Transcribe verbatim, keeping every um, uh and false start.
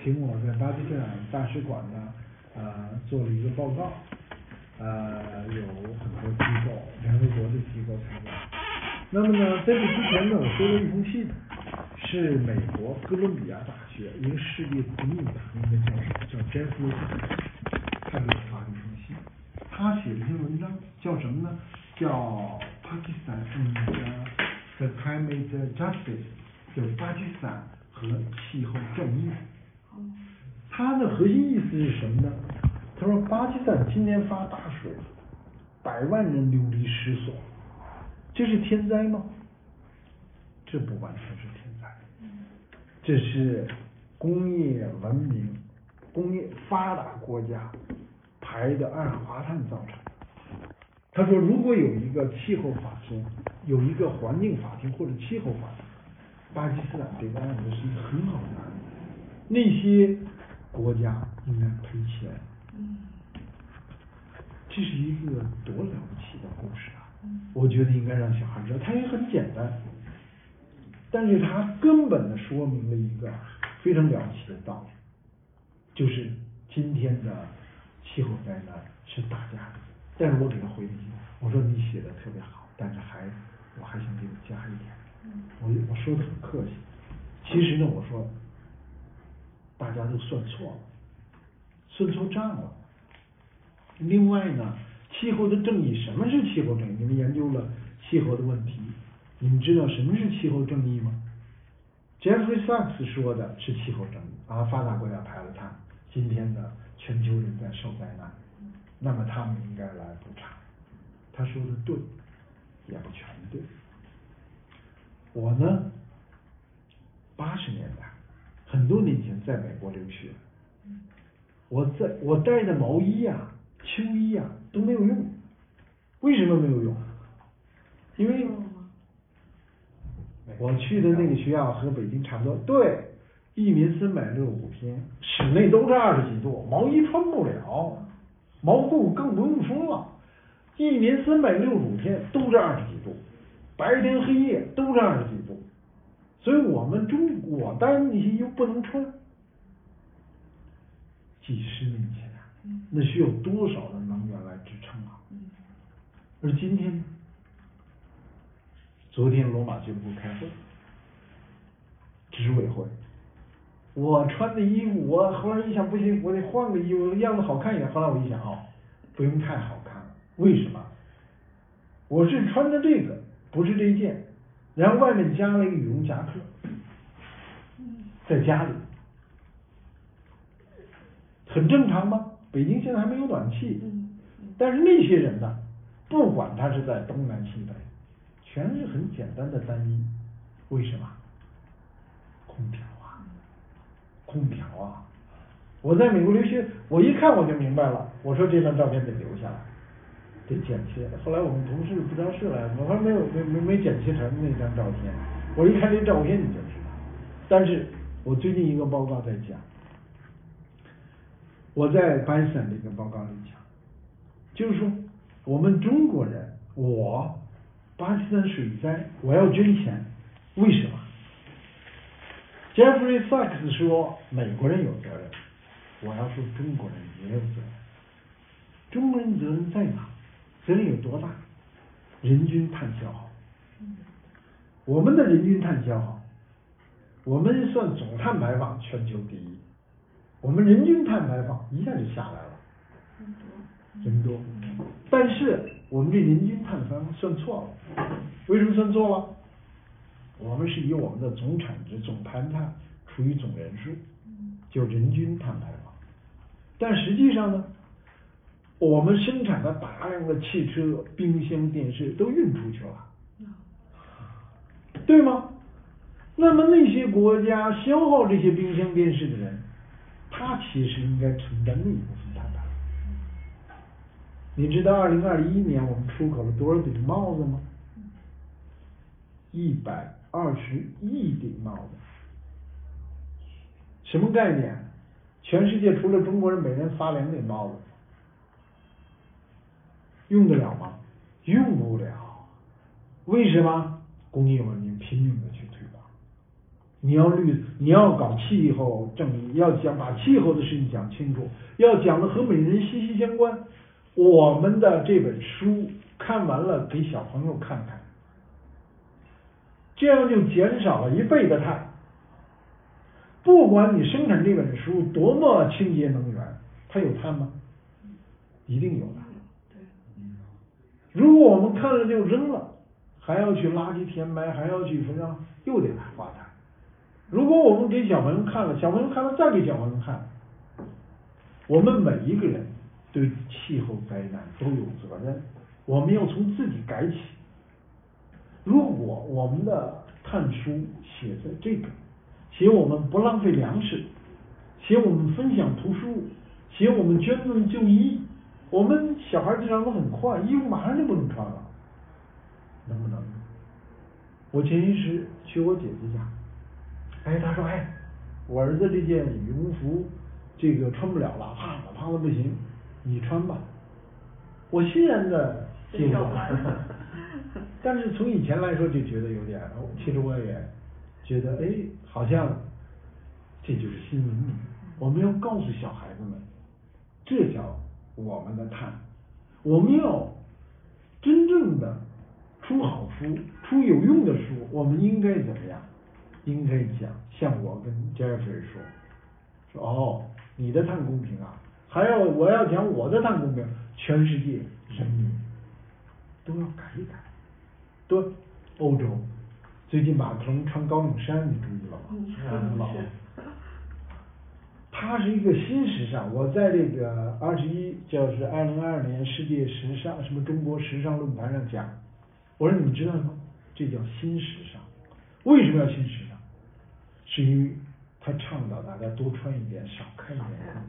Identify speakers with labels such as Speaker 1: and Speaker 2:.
Speaker 1: 请我在巴基斯坦大使馆呢，呃，做了一个报告，呃，有很多机构，联合国的机构参加。那么呢，在这之前呢，我收了一封信，是美国哥伦比亚大学一个世界顶有名的教授叫 Jeffrey， 他给我发了一封信，他写了一篇文章，叫什么呢？叫 Pakistan and the Climate Justice， 就是巴基斯坦和气候正义。它的核心意思是什么呢？他说巴基斯坦今年发大水，百万人流离失所，这是天灾吗？这不完全是天灾，这是工业文明、工业发达国家排的二氧化碳造成的。他说，如果有一个气候法庭，有一个环境法庭或者气候法庭，巴基斯坦这个案子是一个很好的案子，那些国家应该赔钱。这是一个多了不起的故事啊！我觉得应该让小孩知道，它也很简单，但是它根本的说明了一个非常了不起的道理，就是今天的气候灾难是大家的。但是我给他回了一句，我说你写的特别好，但是还我还想给你加一点。我我说的很客气，其实呢，我说大家都算错了，算错账了。另外呢，气候的正义，什么是气候正义？你们研究了气候的问题，你们知道什么是气候正义吗？ Jeffrey Sachs 说的是气候正义啊，发达国家排了碳，今天的全球人在受灾难，那么他们应该来补偿。他说的对，也不全对。我呢，八十年代很多年前在美国留学，我在我带的毛衣呀、啊、秋衣呀、啊、都没有用。为什么没有用？因为我去的那个学校和北京差不多，对，一年三百六十五天，室内都是二十几度，毛衣穿不了，毛裤更不用说了。一年三百六十五天都是二十几度，白天黑夜都是二十几度，所以我们中我带的那些衣服不能穿。几十年前啊，那需要多少的能源来支撑啊？而今天呢？昨天罗马军部开会，执委会，我穿的衣服，我后来一想不行，我得换个衣服，样子好看一点。后来我一想哦，不用太好看了，为什么？我是穿的这个，不是这一件，然后外面加了一个羽绒夹克，在家里，很正常吗？北京现在还没有暖气，但是那些人呢，不管他是在东南西北，全是很简单的单衣，为什么？空调啊，空调啊！我在美国留学，我一看我就明白了，我说这张照片得留下来，得剪切。后来我们同事不知道是来，我还没有没没没剪切成那张照片，我一看这照片你就知道。但是我最近一个报告在讲，我在巴基斯坦这个报告里讲，就是说我们中国人，我巴基斯坦水灾，我要捐钱，为什么？Jeffrey Sachs 说美国人有责任，我要说中国人也有责任。中国人责任在哪？责任有多大？人均碳消耗。我们的人均碳消耗，我们算总碳排放全球第一，我们人均碳排放一下就下来了，人多。但是我们这人均碳排放算错了，为什么算错了？我们是以我们的总产值、总排碳除以总人数，就人均碳排放。但实际上呢，我们生产的大量的汽车、冰箱、电视都运出去了，对吗？那么那些国家消耗这些冰箱、电视的人，他其实应该承担那一部分碳排放。你知道二零二一年我们出口了多少顶帽子吗？一百二十亿顶帽子，什么概念？全世界除了中国人，每人发两顶帽子，用得了吗？用不了。为什么？工业文明拼命的去推广， 你要绿，你要搞气候正义，要讲把气候的事情讲清楚，要讲的和每人息息相关。我们的这本书看完了，给小朋友看看，这样就减少了一倍的碳。不管你生产这本书多么清洁能源，它有碳吗？一定有的。如果我们看了就扔了，还要去垃圾填埋，还要去焚烧，又得花碳。如果我们给小朋友看了，小朋友看了再给小朋友看，我们每一个人对气候灾难都有责任，我们要从自己改起。如果我们的碳书写在这个，写我们不浪费粮食，写我们分享图书，写我们捐赠就医，我们小孩成长得很快，衣服马上就不能穿了，能不能？我前一时去我姐姐家，哎，她说，哎，我儿子这件羽绒服这个穿不了了，胖了，胖的不行，你穿吧。我欣然的接受了，但是从以前来说就觉得有点，其实我也觉得，哎，好像这就是新文明。我们要告诉小孩子们，这叫我们的碳。我们要真正的出好书，出有用的书，我们应该怎么样？应该讲，像我跟 Jeffrey 说，说哦，你的碳公平啊，还要我要讲我的碳公平，全世界人民都要改一改。对，欧洲最近马克龙穿高领衫，你注意了吗？嗯，是。它是一个新时尚。我在这个二十一，就是二零二二年世界时尚什么中国时尚论坛上讲，我说你们知道吗？这叫新时尚。为什么要新时尚？是因为他倡导大家多穿一点，少看一点。